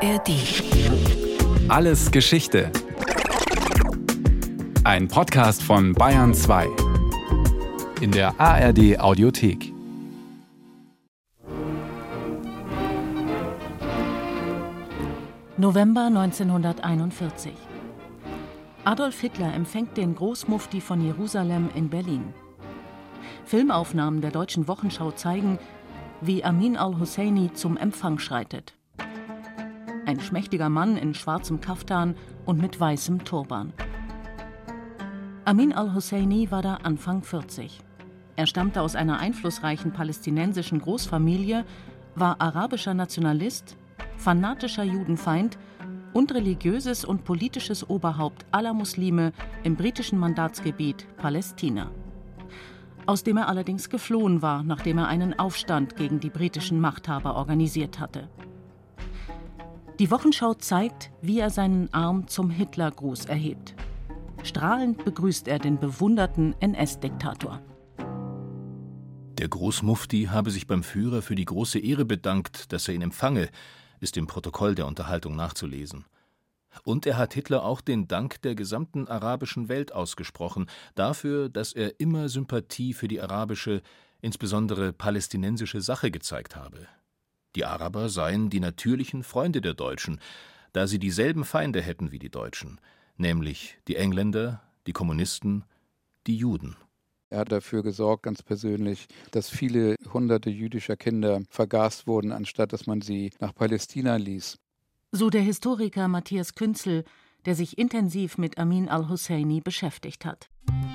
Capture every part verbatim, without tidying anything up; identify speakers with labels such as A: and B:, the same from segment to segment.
A: R D.
B: Alles Geschichte. Ein Podcast von Bayern zwei. In der A R D Audiothek.
C: November neunzehnhunderteinundvierzig. Adolf Hitler empfängt den Großmufti von Jerusalem in Berlin. Filmaufnahmen der Deutschen Wochenschau zeigen, wie Amin al-Husseini zum Empfang schreitet. Ein schmächtiger Mann in schwarzem Kaftan und mit weißem Turban. Amin al-Husseini war da Anfang vierzig. Er stammte aus einer einflussreichen palästinensischen Großfamilie, war arabischer Nationalist, fanatischer Judenfeind und religiöses und politisches Oberhaupt aller Muslime im britischen Mandatsgebiet Palästina, aus dem er allerdings geflohen war, nachdem er einen Aufstand gegen die britischen Machthaber organisiert hatte. Die Wochenschau zeigt, wie er seinen Arm zum Hitlergruß erhebt. Strahlend begrüßt er den bewunderten N S-Diktator.
D: Der Großmufti habe sich beim Führer für die große Ehre bedankt, dass er ihn empfange, ist im Protokoll der Unterhaltung nachzulesen. Und er hat Hitler auch den Dank der gesamten arabischen Welt ausgesprochen, dafür, dass er immer Sympathie für die arabische, insbesondere palästinensische Sache gezeigt habe. Die Araber seien die natürlichen Freunde der Deutschen, da sie dieselben Feinde hätten wie die Deutschen, nämlich die Engländer, die Kommunisten, die Juden.
E: Er hat dafür gesorgt, ganz persönlich, dass viele hunderte jüdischer Kinder vergast wurden, anstatt dass man sie nach Palästina ließ.
C: So der Historiker Matthias Künzel, der sich intensiv mit Amin al-Husseini beschäftigt hat.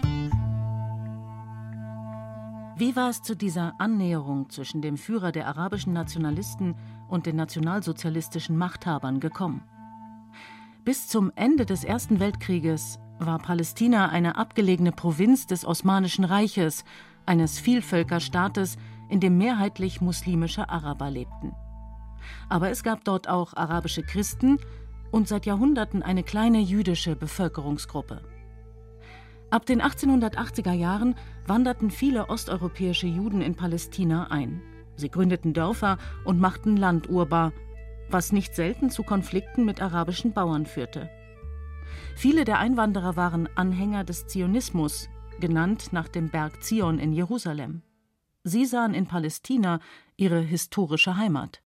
C: Wie war es zu dieser Annäherung zwischen dem Führer der arabischen Nationalisten und den nationalsozialistischen Machthabern gekommen? Bis zum Ende des Ersten Weltkrieges war Palästina eine abgelegene Provinz des Osmanischen Reiches, eines Vielvölkerstaates, in dem mehrheitlich muslimische Araber lebten. Aber es gab dort auch arabische Christen und seit Jahrhunderten eine kleine jüdische Bevölkerungsgruppe. Ab den achtzehnhundertachtziger Jahren wanderten viele osteuropäische Juden in Palästina ein. Sie gründeten Dörfer und machten Land urbar, was nicht selten zu Konflikten mit arabischen Bauern führte. Viele der Einwanderer waren Anhänger des Zionismus, genannt nach dem Berg Zion in Jerusalem. Sie sahen in Palästina ihre historische Heimat.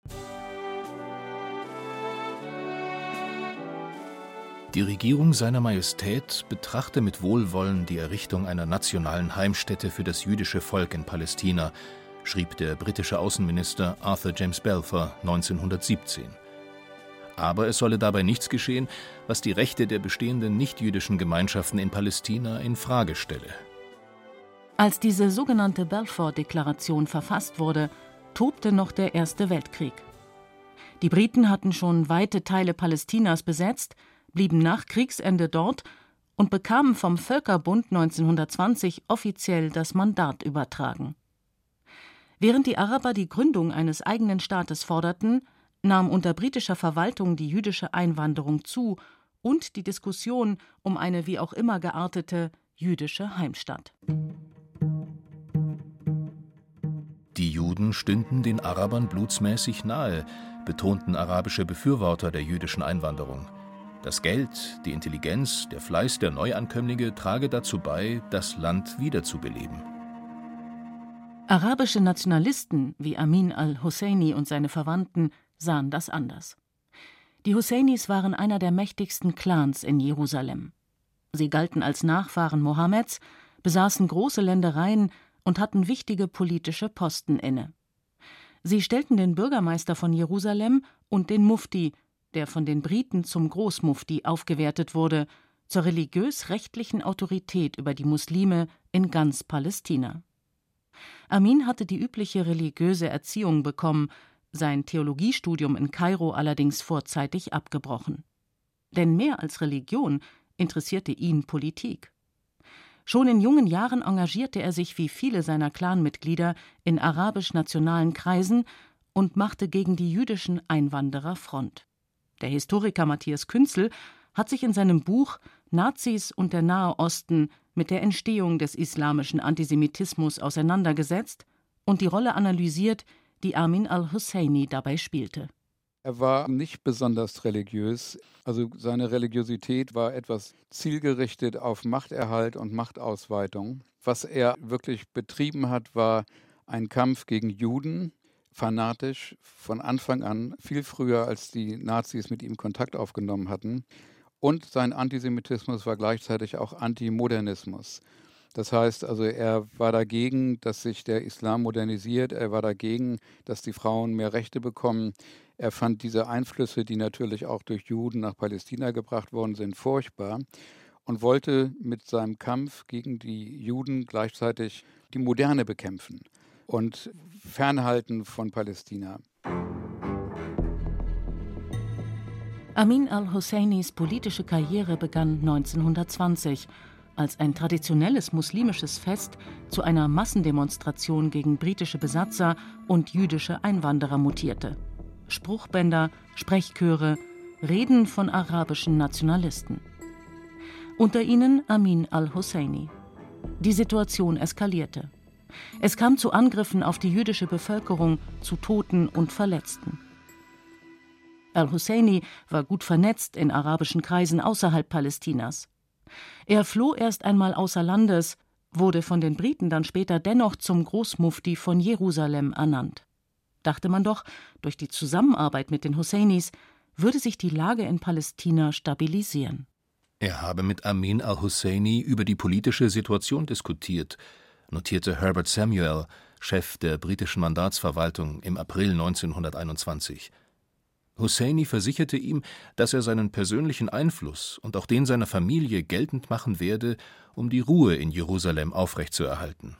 D: Die Regierung seiner Majestät betrachte mit Wohlwollen die Errichtung einer nationalen Heimstätte für das jüdische Volk in Palästina, schrieb der britische Außenminister Arthur James Balfour neunzehnhundertsiebzehn. Aber es solle dabei nichts geschehen, was die Rechte der bestehenden nichtjüdischen Gemeinschaften in Palästina in Frage stelle.
C: Als diese sogenannte Balfour-Deklaration verfasst wurde, tobte noch der Erste Weltkrieg. Die Briten hatten schon weite Teile Palästinas besetzt, blieben nach Kriegsende dort und bekamen vom Völkerbund neunzehnhundertzwanzig offiziell das Mandat übertragen. Während die Araber die Gründung eines eigenen Staates forderten, nahm unter britischer Verwaltung die jüdische Einwanderung zu und die Diskussion um eine wie auch immer geartete jüdische Heimstatt.
D: Die Juden stünden den Arabern blutsmäßig nahe, betonten arabische Befürworter der jüdischen Einwanderung. Das Geld, die Intelligenz, der Fleiß der Neuankömmlinge trage dazu bei, das Land wiederzubeleben.
C: Arabische Nationalisten wie Amin al-Husseini und seine Verwandten sahen das anders. Die Husseinis waren einer der mächtigsten Clans in Jerusalem. Sie galten als Nachfahren Mohammeds, besaßen große Ländereien und hatten wichtige politische Posten inne. Sie stellten den Bürgermeister von Jerusalem und den Mufti, der von den Briten zum Großmufti aufgewertet wurde, zur religiös-rechtlichen Autorität über die Muslime in ganz Palästina. Amin hatte die übliche religiöse Erziehung bekommen, sein Theologiestudium in Kairo allerdings vorzeitig abgebrochen. Denn mehr als Religion interessierte ihn Politik. Schon in jungen Jahren engagierte er sich wie viele seiner Clanmitglieder in arabisch-nationalen Kreisen und machte gegen die jüdischen Einwanderer Front. Der Historiker Matthias Künzel hat sich in seinem Buch »Nazis und der Nahe Osten« mit der Entstehung des islamischen Antisemitismus auseinandergesetzt und die Rolle analysiert, die Amin al-Husseini dabei spielte.
E: Er war nicht besonders religiös. Also seine Religiosität war etwas zielgerichtet auf Machterhalt und Machtausweitung. Was er wirklich betrieben hat, war ein Kampf gegen Juden, fanatisch von Anfang an, viel früher als die Nazis mit ihm Kontakt aufgenommen hatten. Und sein Antisemitismus war gleichzeitig auch Antimodernismus. Das heißt also, er war dagegen, dass sich der Islam modernisiert, er war dagegen, dass die Frauen mehr Rechte bekommen. Er fand diese Einflüsse, die natürlich auch durch Juden nach Palästina gebracht worden sind, furchtbar und wollte mit seinem Kampf gegen die Juden gleichzeitig die Moderne bekämpfen und fernhalten von Palästina.
C: Amin al-Husseinis politische Karriere begann neunzehnhundertzwanzig, als ein traditionelles muslimisches Fest zu einer Massendemonstration gegen britische Besatzer und jüdische Einwanderer mutierte. Spruchbänder, Sprechchöre, Reden von arabischen Nationalisten. Unter ihnen Amin al-Husseini. Die Situation eskalierte. Es kam zu Angriffen auf die jüdische Bevölkerung, zu Toten und Verletzten. Al-Husseini war gut vernetzt in arabischen Kreisen außerhalb Palästinas. Er floh erst einmal außer Landes, wurde von den Briten dann später dennoch zum Großmufti von Jerusalem ernannt. Dachte man doch, durch die Zusammenarbeit mit den Husseinis würde sich die Lage in Palästina stabilisieren.
D: Er habe mit Amin al-Husseini über die politische Situation diskutiert, notierte Herbert Samuel, Chef der britischen Mandatsverwaltung, im April neunzehnhunderteinundzwanzig. Husseini versicherte ihm, dass er seinen persönlichen Einfluss und auch den seiner Familie geltend machen werde, um die Ruhe in Jerusalem aufrechtzuerhalten.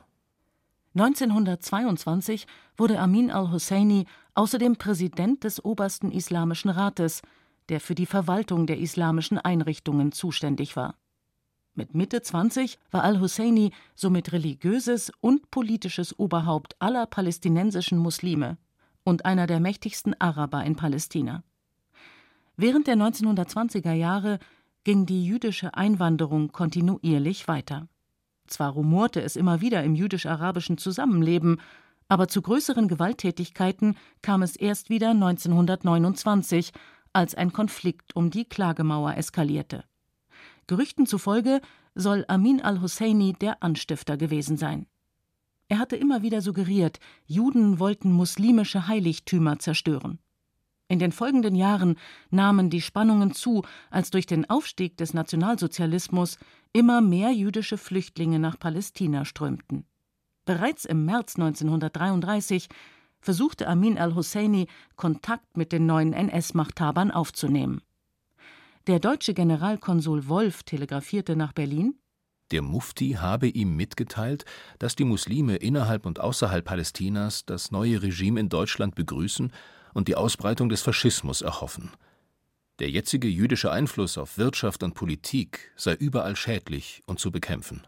C: neunzehnhundertzweiundzwanzig wurde Amin al-Husseini außerdem Präsident des Obersten Islamischen Rates, der für die Verwaltung der islamischen Einrichtungen zuständig war. Mit Mitte zwanzig war al-Husseini somit religiöses und politisches Oberhaupt aller palästinensischen Muslime und einer der mächtigsten Araber in Palästina. Während der neunzehnhundertzwanziger Jahre ging die jüdische Einwanderung kontinuierlich weiter. Zwar rumorte es immer wieder im jüdisch-arabischen Zusammenleben, aber zu größeren Gewalttätigkeiten kam es erst wieder neunzehnhundertneunundzwanzig, als ein Konflikt um die Klagemauer eskalierte. Gerüchten zufolge soll Amin al-Husseini der Anstifter gewesen sein. Er hatte immer wieder suggeriert, Juden wollten muslimische Heiligtümer zerstören. In den folgenden Jahren nahmen die Spannungen zu, als durch den Aufstieg des Nationalsozialismus immer mehr jüdische Flüchtlinge nach Palästina strömten. Bereits im März neunzehnhundertdreiunddreißig versuchte Amin al-Husseini, Kontakt mit den neuen N S-Machthabern aufzunehmen. Der deutsche Generalkonsul Wolf telegrafierte nach Berlin:
D: Der Mufti habe ihm mitgeteilt, dass die Muslime innerhalb und außerhalb Palästinas das neue Regime in Deutschland begrüßen und die Ausbreitung des Faschismus erhoffen. Der jetzige jüdische Einfluss auf Wirtschaft und Politik sei überall schädlich und zu bekämpfen.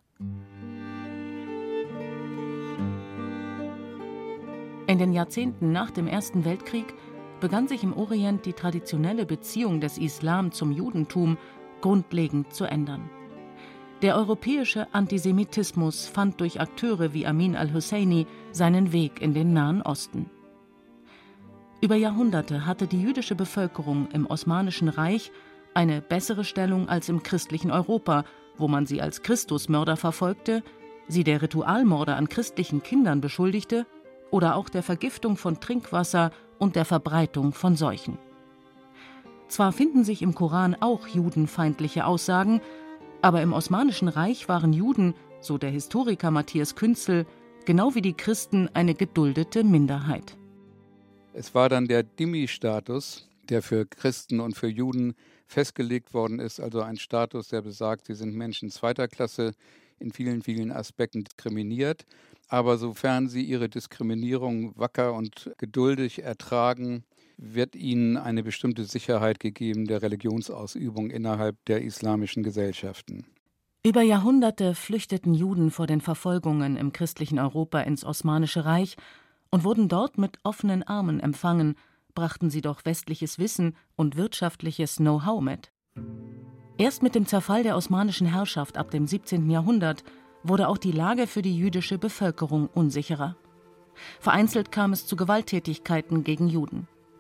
C: In den Jahrzehnten nach dem Ersten Weltkrieg begann sich im Orient die traditionelle Beziehung des Islam zum Judentum grundlegend zu ändern. Der europäische Antisemitismus fand durch Akteure wie Amin al-Husseini seinen Weg in den Nahen Osten. Über Jahrhunderte hatte die jüdische Bevölkerung im Osmanischen Reich eine bessere Stellung als im christlichen Europa, wo man sie als Christusmörder verfolgte, sie der Ritualmorde an christlichen Kindern beschuldigte oder auch der Vergiftung von Trinkwasser und der Verbreitung von Seuchen. Zwar finden sich im Koran auch judenfeindliche Aussagen, aber im Osmanischen Reich waren Juden, so der Historiker Matthias Künzel, genau wie die Christen eine geduldete Minderheit.
E: Es war dann der Dhimmi-Status, der für Christen und für Juden festgelegt worden ist, also ein Status, der besagt, sie sind Menschen zweiter Klasse, in vielen, vielen Aspekten diskriminiert. Aber sofern sie ihre Diskriminierung wacker und geduldig ertragen, wird ihnen eine bestimmte Sicherheit gegeben der Religionsausübung innerhalb der islamischen Gesellschaften.
C: Über Jahrhunderte flüchteten Juden vor den Verfolgungen im christlichen Europa ins Osmanische Reich und wurden dort mit offenen Armen empfangen, brachten sie doch westliches Wissen und wirtschaftliches Know-how mit. Erst mit dem Zerfall der osmanischen Herrschaft ab dem siebzehnten Jahrhundert wurde auch die Lage für die jüdische Bevölkerung unsicherer. Vereinzelt kam es zu Gewalttätigkeiten gegen Juden.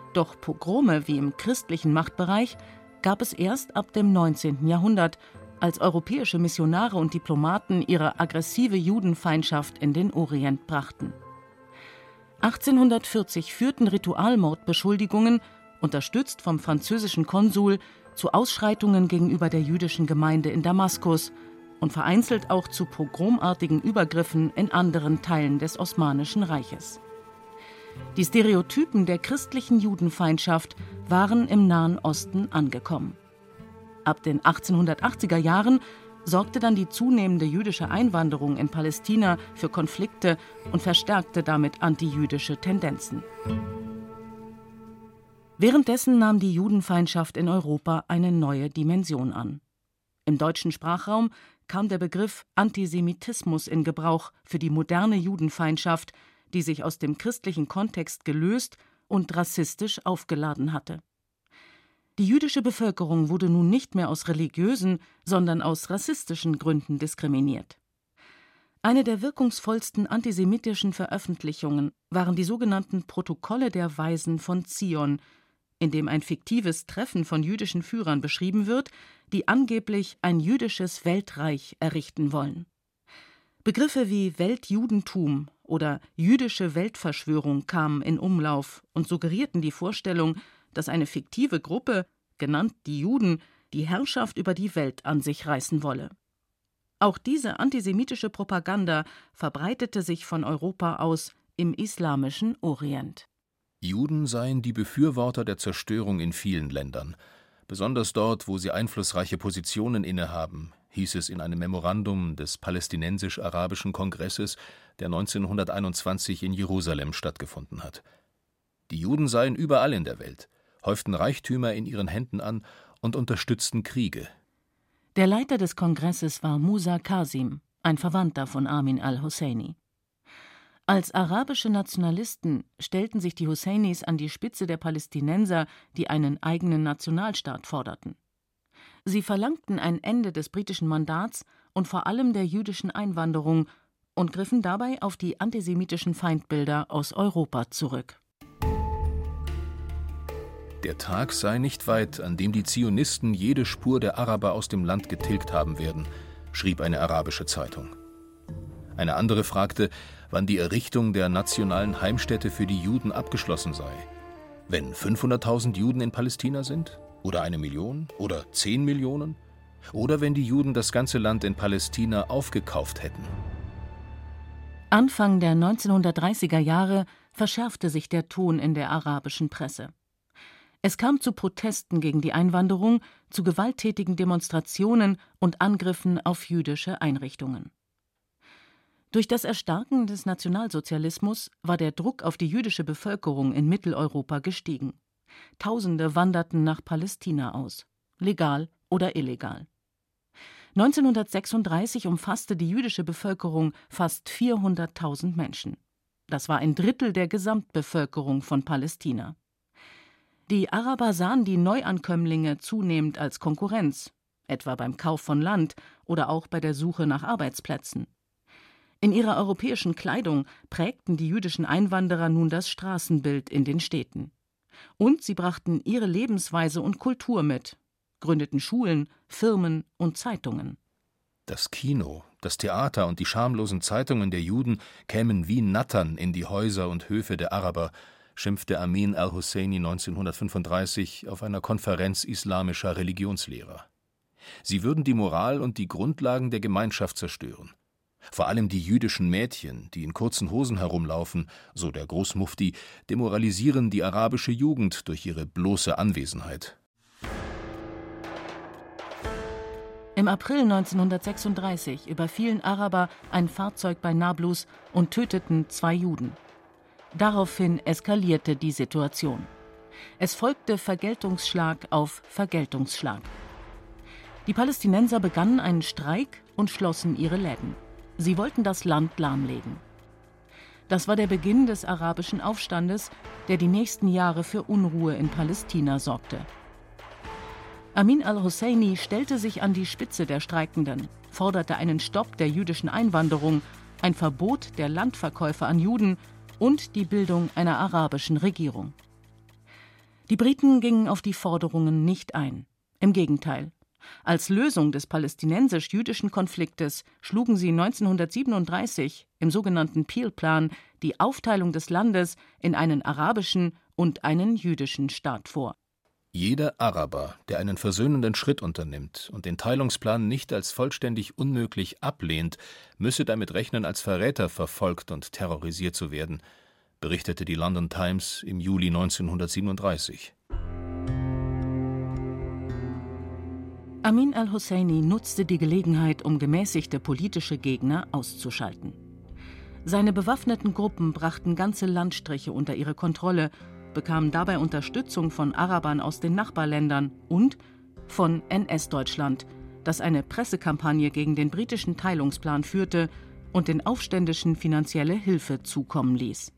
C: Doch Pogrome wie im christlichen Machtbereich gab es erst ab dem neunzehnten Jahrhundert, als europäische Missionare und Diplomaten ihre aggressive Judenfeindschaft in den Orient brachten. achtzehnhundertvierzig führten Ritualmordbeschuldigungen, unterstützt vom französischen Konsul, zu Ausschreitungen gegenüber der jüdischen Gemeinde in Damaskus und vereinzelt auch zu pogromartigen Übergriffen in anderen Teilen des Osmanischen Reiches. Die Stereotypen der christlichen Judenfeindschaft waren im Nahen Osten angekommen. Ab den achtzehnhundertachtziger Jahren sorgte dann die zunehmende jüdische Einwanderung in Palästina für Konflikte und verstärkte damit antijüdische Tendenzen. Währenddessen nahm die Judenfeindschaft in Europa eine neue Dimension an. Im deutschen Sprachraum kam der Begriff Antisemitismus in Gebrauch für die moderne Judenfeindschaft, die sich aus dem christlichen Kontext gelöst und rassistisch aufgeladen hatte. Die jüdische Bevölkerung wurde nun nicht mehr aus religiösen, sondern aus rassistischen Gründen diskriminiert. Eine der wirkungsvollsten antisemitischen Veröffentlichungen waren die sogenannten Protokolle der Weisen von Zion, in dem ein fiktives Treffen von jüdischen Führern beschrieben wird, die angeblich ein jüdisches Weltreich errichten wollen. Begriffe wie Weltjudentum oder jüdische Weltverschwörung kamen in Umlauf und suggerierten die Vorstellung, dass eine fiktive Gruppe, genannt die Juden, die Herrschaft über die Welt an sich reißen wolle. Auch diese antisemitische Propaganda verbreitete sich von Europa aus im islamischen Orient.
D: Juden seien die Befürworter der Zerstörung in vielen Ländern, besonders dort, wo sie einflussreiche Positionen innehaben, hieß es in einem Memorandum des Palästinensisch-Arabischen Kongresses, der neunzehnhunderteinundzwanzig in Jerusalem stattgefunden hat. Die Juden seien überall in der Welt, häuften Reichtümer in ihren Händen an und unterstützten Kriege.
C: Der Leiter des Kongresses war Musa Qasim, ein Verwandter von Amin al-Husseini. Als arabische Nationalisten stellten sich die Husseinis an die Spitze der Palästinenser, die einen eigenen Nationalstaat forderten. Sie verlangten ein Ende des britischen Mandats und vor allem der jüdischen Einwanderung und griffen dabei auf die antisemitischen Feindbilder aus Europa zurück.
D: Der Tag sei nicht weit, an dem die Zionisten jede Spur der Araber aus dem Land getilgt haben werden, schrieb eine arabische Zeitung. Eine andere fragte, wann die Errichtung der nationalen Heimstätte für die Juden abgeschlossen sei. Wenn fünfhunderttausend Juden in Palästina sind? Oder eine Million? Oder zehn Millionen? Oder wenn die Juden das ganze Land in Palästina aufgekauft hätten?
C: Anfang der neunzehnhundertdreißiger Jahre verschärfte sich der Ton in der arabischen Presse. Es kam zu Protesten gegen die Einwanderung, zu gewalttätigen Demonstrationen und Angriffen auf jüdische Einrichtungen. Durch das Erstarken des Nationalsozialismus war der Druck auf die jüdische Bevölkerung in Mitteleuropa gestiegen. Tausende wanderten nach Palästina aus, legal oder illegal. neunzehnhundertsechsunddreißig umfasste die jüdische Bevölkerung fast vierhunderttausend Menschen. Das war ein Drittel der Gesamtbevölkerung von Palästina. Die Araber sahen die Neuankömmlinge zunehmend als Konkurrenz, etwa beim Kauf von Land oder auch bei der Suche nach Arbeitsplätzen. In ihrer europäischen Kleidung prägten die jüdischen Einwanderer nun das Straßenbild in den Städten. Und sie brachten ihre Lebensweise und Kultur mit, gründeten Schulen, Firmen und Zeitungen.
D: Das Kino, das Theater und die schamlosen Zeitungen der Juden kämen wie Nattern in die Häuser und Höfe der Araber, schimpfte Amin al-Husseini neunzehnhundertfünfunddreißig auf einer Konferenz islamischer Religionslehrer. Sie würden die Moral und die Grundlagen der Gemeinschaft zerstören. Vor allem die jüdischen Mädchen, die in kurzen Hosen herumlaufen, so der Großmufti, demoralisieren die arabische Jugend durch ihre bloße Anwesenheit.
C: Im April neunzehnhundertsechsunddreißig überfielen Araber ein Fahrzeug bei Nablus und töteten zwei Juden. Daraufhin eskalierte die Situation. Es folgte Vergeltungsschlag auf Vergeltungsschlag. Die Palästinenser begannen einen Streik und schlossen ihre Läden. Sie wollten das Land lahmlegen. Das war der Beginn des arabischen Aufstandes, der die nächsten Jahre für Unruhe in Palästina sorgte. Amin al-Husseini stellte sich an die Spitze der Streikenden, forderte einen Stopp der jüdischen Einwanderung, ein Verbot der Landverkäufe an Juden und die Bildung einer arabischen Regierung. Die Briten gingen auf die Forderungen nicht ein. Im Gegenteil. Als Lösung des palästinensisch-jüdischen Konfliktes schlugen sie neunzehnhundertsiebenunddreißig im sogenannten Peel-Plan die Aufteilung des Landes in einen arabischen und einen jüdischen Staat vor.
D: Jeder Araber, der einen versöhnenden Schritt unternimmt und den Teilungsplan nicht als vollständig unmöglich ablehnt, müsse damit rechnen, als Verräter verfolgt und terrorisiert zu werden, berichtete die London Times im Juli neunzehnhundertsiebenunddreißig.
C: Amin al-Husseini nutzte die Gelegenheit, um gemäßigte politische Gegner auszuschalten. Seine bewaffneten Gruppen brachten ganze Landstriche unter ihre Kontrolle, bekamen dabei Unterstützung von Arabern aus den Nachbarländern und von N S-Deutschland, das eine Pressekampagne gegen den britischen Teilungsplan führte und den Aufständischen finanzielle Hilfe zukommen ließ.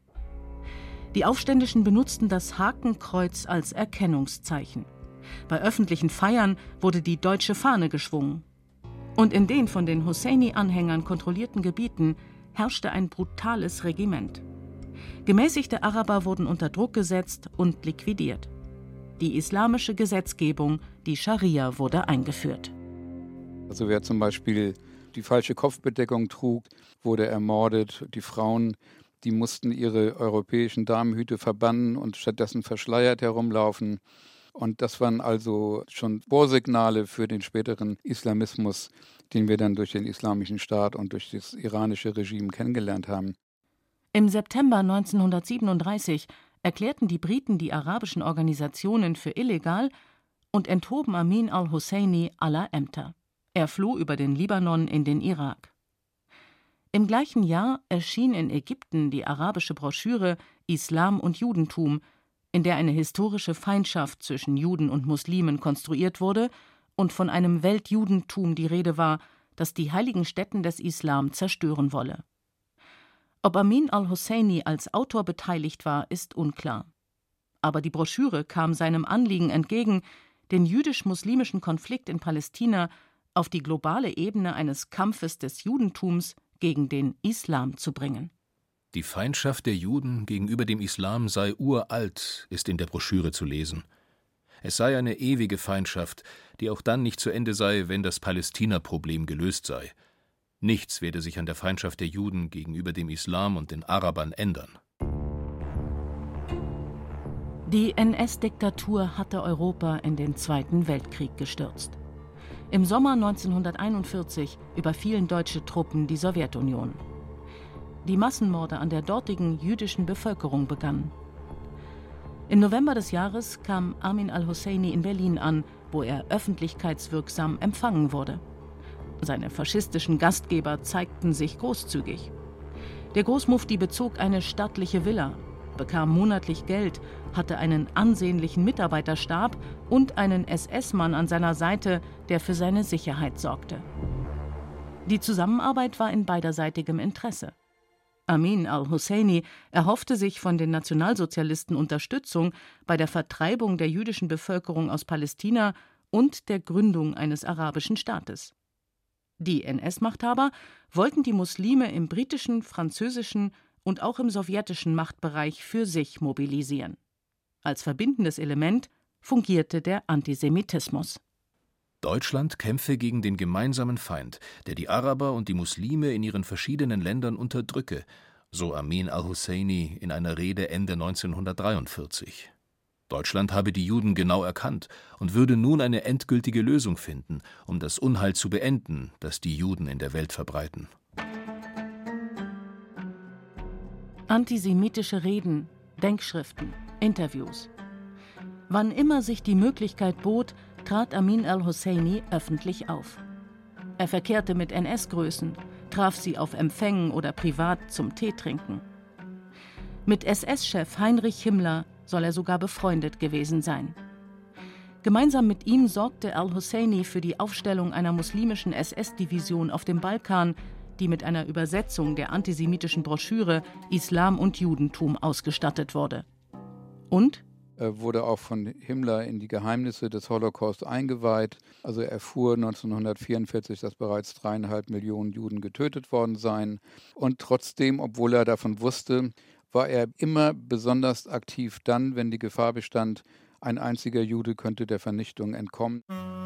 C: Die Aufständischen benutzten das Hakenkreuz als Erkennungszeichen. Bei öffentlichen Feiern wurde die deutsche Fahne geschwungen. Und in den von den Husseini-Anhängern kontrollierten Gebieten herrschte ein brutales Regiment. Gemäßigte Araber wurden unter Druck gesetzt und liquidiert. Die islamische Gesetzgebung, die Scharia, wurde eingeführt.
E: Also wer zum Beispiel die falsche Kopfbedeckung trug, wurde ermordet. Die Frauen, die mussten ihre europäischen Damenhüte verbannen und stattdessen verschleiert herumlaufen. Und das waren also schon Vorsignale für den späteren Islamismus, den wir dann durch den Islamischen Staat und durch das iranische Regime kennengelernt haben.
C: Im September neunzehnhundertsiebenunddreißig erklärten die Briten die arabischen Organisationen für illegal und enthoben Amin al-Husseini aller Ämter. Er floh über den Libanon in den Irak. Im gleichen Jahr erschien in Ägypten die arabische Broschüre Islam und Judentum, in der eine historische Feindschaft zwischen Juden und Muslimen konstruiert wurde und von einem Weltjudentum die Rede war, das die heiligen Stätten des Islam zerstören wolle. Ob Amin al-Husseini als Autor beteiligt war, ist unklar. Aber die Broschüre kam seinem Anliegen entgegen, den jüdisch-muslimischen Konflikt in Palästina auf die globale Ebene eines Kampfes des Judentums gegen den Islam zu bringen.
D: Die Feindschaft der Juden gegenüber dem Islam sei uralt, ist in der Broschüre zu lesen. Es sei eine ewige Feindschaft, die auch dann nicht zu Ende sei, wenn das Palästina-Problem gelöst sei. Nichts werde sich an der Feindschaft der Juden gegenüber dem Islam und den Arabern ändern.
C: Die N S-Diktatur hatte Europa in den Zweiten Weltkrieg gestürzt. Im Sommer neunzehnhunderteinundvierzig überfielen deutsche Truppen die Sowjetunion. Die Massenmorde an der dortigen jüdischen Bevölkerung begannen. Im November des Jahres kam Amin al-Husseini in Berlin an, wo er öffentlichkeitswirksam empfangen wurde. Seine faschistischen Gastgeber zeigten sich großzügig. Der Großmufti bezog eine stattliche Villa, bekam monatlich Geld, hatte einen ansehnlichen Mitarbeiterstab und einen S S-Mann an seiner Seite, der für seine Sicherheit sorgte. Die Zusammenarbeit war in beiderseitigem Interesse. Amin al-Husseini erhoffte sich von den Nationalsozialisten Unterstützung bei der Vertreibung der jüdischen Bevölkerung aus Palästina und der Gründung eines arabischen Staates. Die N S-Machthaber wollten die Muslime im britischen, französischen und auch im sowjetischen Machtbereich für sich mobilisieren. Als verbindendes Element fungierte der Antisemitismus.
D: Deutschland kämpfe gegen den gemeinsamen Feind, der die Araber und die Muslime in ihren verschiedenen Ländern unterdrücke, so Amin al-Husseini in einer Rede Ende neunzehnhundertdreiundvierzig. Deutschland habe die Juden genau erkannt und würde nun eine endgültige Lösung finden, um das Unheil zu beenden, das die Juden in der Welt verbreiten.
C: Antisemitische Reden, Denkschriften, Interviews. Wann immer sich die Möglichkeit bot, trat Amin al-Husseini öffentlich auf. Er verkehrte mit N S-Größen, traf sie auf Empfängen oder privat zum Teetrinken. Mit S S-Chef Heinrich Himmler soll er sogar befreundet gewesen sein. Gemeinsam mit ihm sorgte al-Husseini für die Aufstellung einer muslimischen S S-Division auf dem Balkan, die mit einer Übersetzung der antisemitischen Broschüre Islam und Judentum ausgestattet wurde. Und
E: Er wurde auch von Himmler in die Geheimnisse des Holocaust eingeweiht. Also er erfuhr neunzehnhundertvierundvierzig, dass bereits dreieinhalb Millionen Juden getötet worden seien. Und trotzdem, obwohl er davon wusste, war er immer besonders aktiv dann, wenn die Gefahr bestand, ein einziger Jude könnte der Vernichtung entkommen.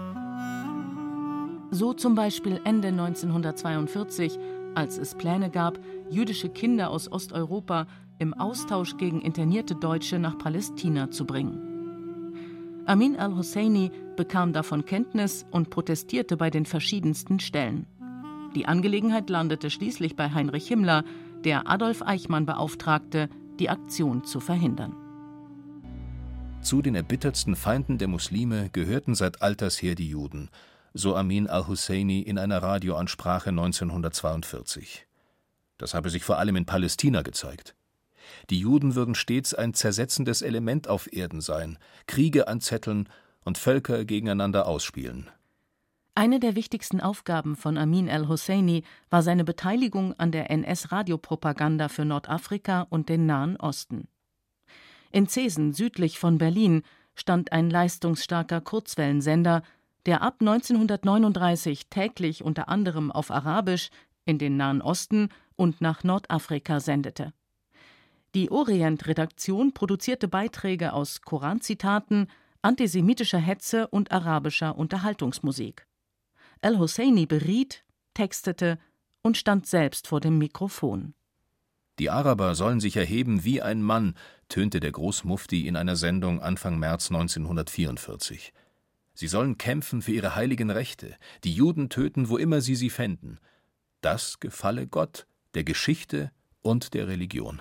C: So zum Beispiel Ende neunzehnhundertzweiundvierzig, als es Pläne gab, jüdische Kinder aus Osteuropa im Austausch gegen internierte Deutsche nach Palästina zu bringen. Amin al-Husseini bekam davon Kenntnis und protestierte bei den verschiedensten Stellen. Die Angelegenheit landete schließlich bei Heinrich Himmler, der Adolf Eichmann beauftragte, die Aktion zu verhindern.
D: Zu den erbittertsten Feinden der Muslime gehörten seit alters her die Juden, so Amin al-Husseini in einer Radioansprache neunzehnhundertzweiundvierzig. Das habe sich vor allem in Palästina gezeigt. Die Juden würden stets ein zersetzendes Element auf Erden sein, Kriege anzetteln und Völker gegeneinander ausspielen.
C: Eine der wichtigsten Aufgaben von Amin al-Husseini war seine Beteiligung an der N S-Radiopropaganda für Nordafrika und den Nahen Osten. In Zeesen, südlich von Berlin, stand ein leistungsstarker Kurzwellensender, der ab neunzehnhundertneununddreißig täglich unter anderem auf Arabisch in den Nahen Osten und nach Nordafrika sendete. Die Orient-Redaktion produzierte Beiträge aus Koranzitaten, antisemitischer Hetze und arabischer Unterhaltungsmusik. Al-Husseini beriet, textete und stand selbst vor dem Mikrofon.
D: Die Araber sollen sich erheben wie ein Mann, tönte der Großmufti in einer Sendung Anfang März neunzehnhundertvierundvierzig. Sie sollen kämpfen für ihre heiligen Rechte, die Juden töten, wo immer sie sie fänden. Das gefalle Gott, der Geschichte und der Religion.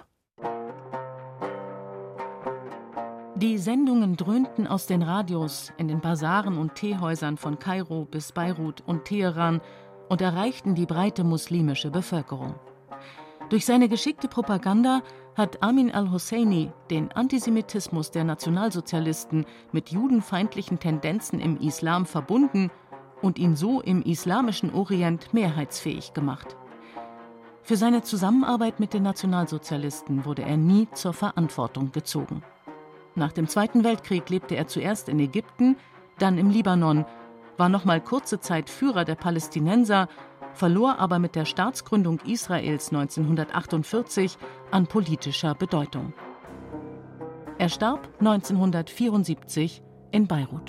C: Die Sendungen dröhnten aus den Radios in den Basaren und Teehäusern von Kairo bis Beirut und Teheran und erreichten die breite muslimische Bevölkerung. Durch seine geschickte Propaganda hat Amin al-Husseini den Antisemitismus der Nationalsozialisten mit judenfeindlichen Tendenzen im Islam verbunden und ihn so im islamischen Orient mehrheitsfähig gemacht. Für seine Zusammenarbeit mit den Nationalsozialisten wurde er nie zur Verantwortung gezogen. Nach dem Zweiten Weltkrieg lebte er zuerst in Ägypten, dann im Libanon, war noch mal kurze Zeit Führer der Palästinenser, verlor aber mit der Staatsgründung Israels neunzehnhundertachtundvierzig an politischer Bedeutung. Er starb neunzehnhundertvierundsiebzig in Beirut.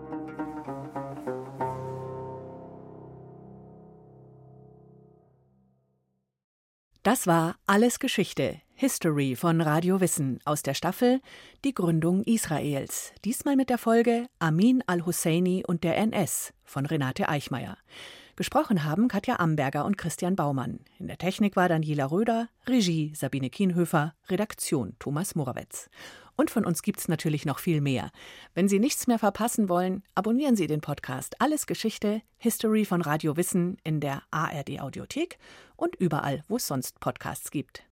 A: Das war Alles Geschichte, History von Radio Wissen aus der Staffel Die Gründung Israels. Diesmal mit der Folge Amin al-Husseini und der N S von Renate Eichmeier. Gesprochen haben Katja Amberger und Christian Baumann. In der Technik war Daniela Röder, Regie Sabine Kienhöfer, Redaktion Thomas Morawetz. Und von uns gibt's natürlich noch viel mehr. Wenn Sie nichts mehr verpassen wollen, abonnieren Sie den Podcast Alles Geschichte, History von Radio Wissen in der A R D Audiothek und überall, wo es sonst Podcasts gibt.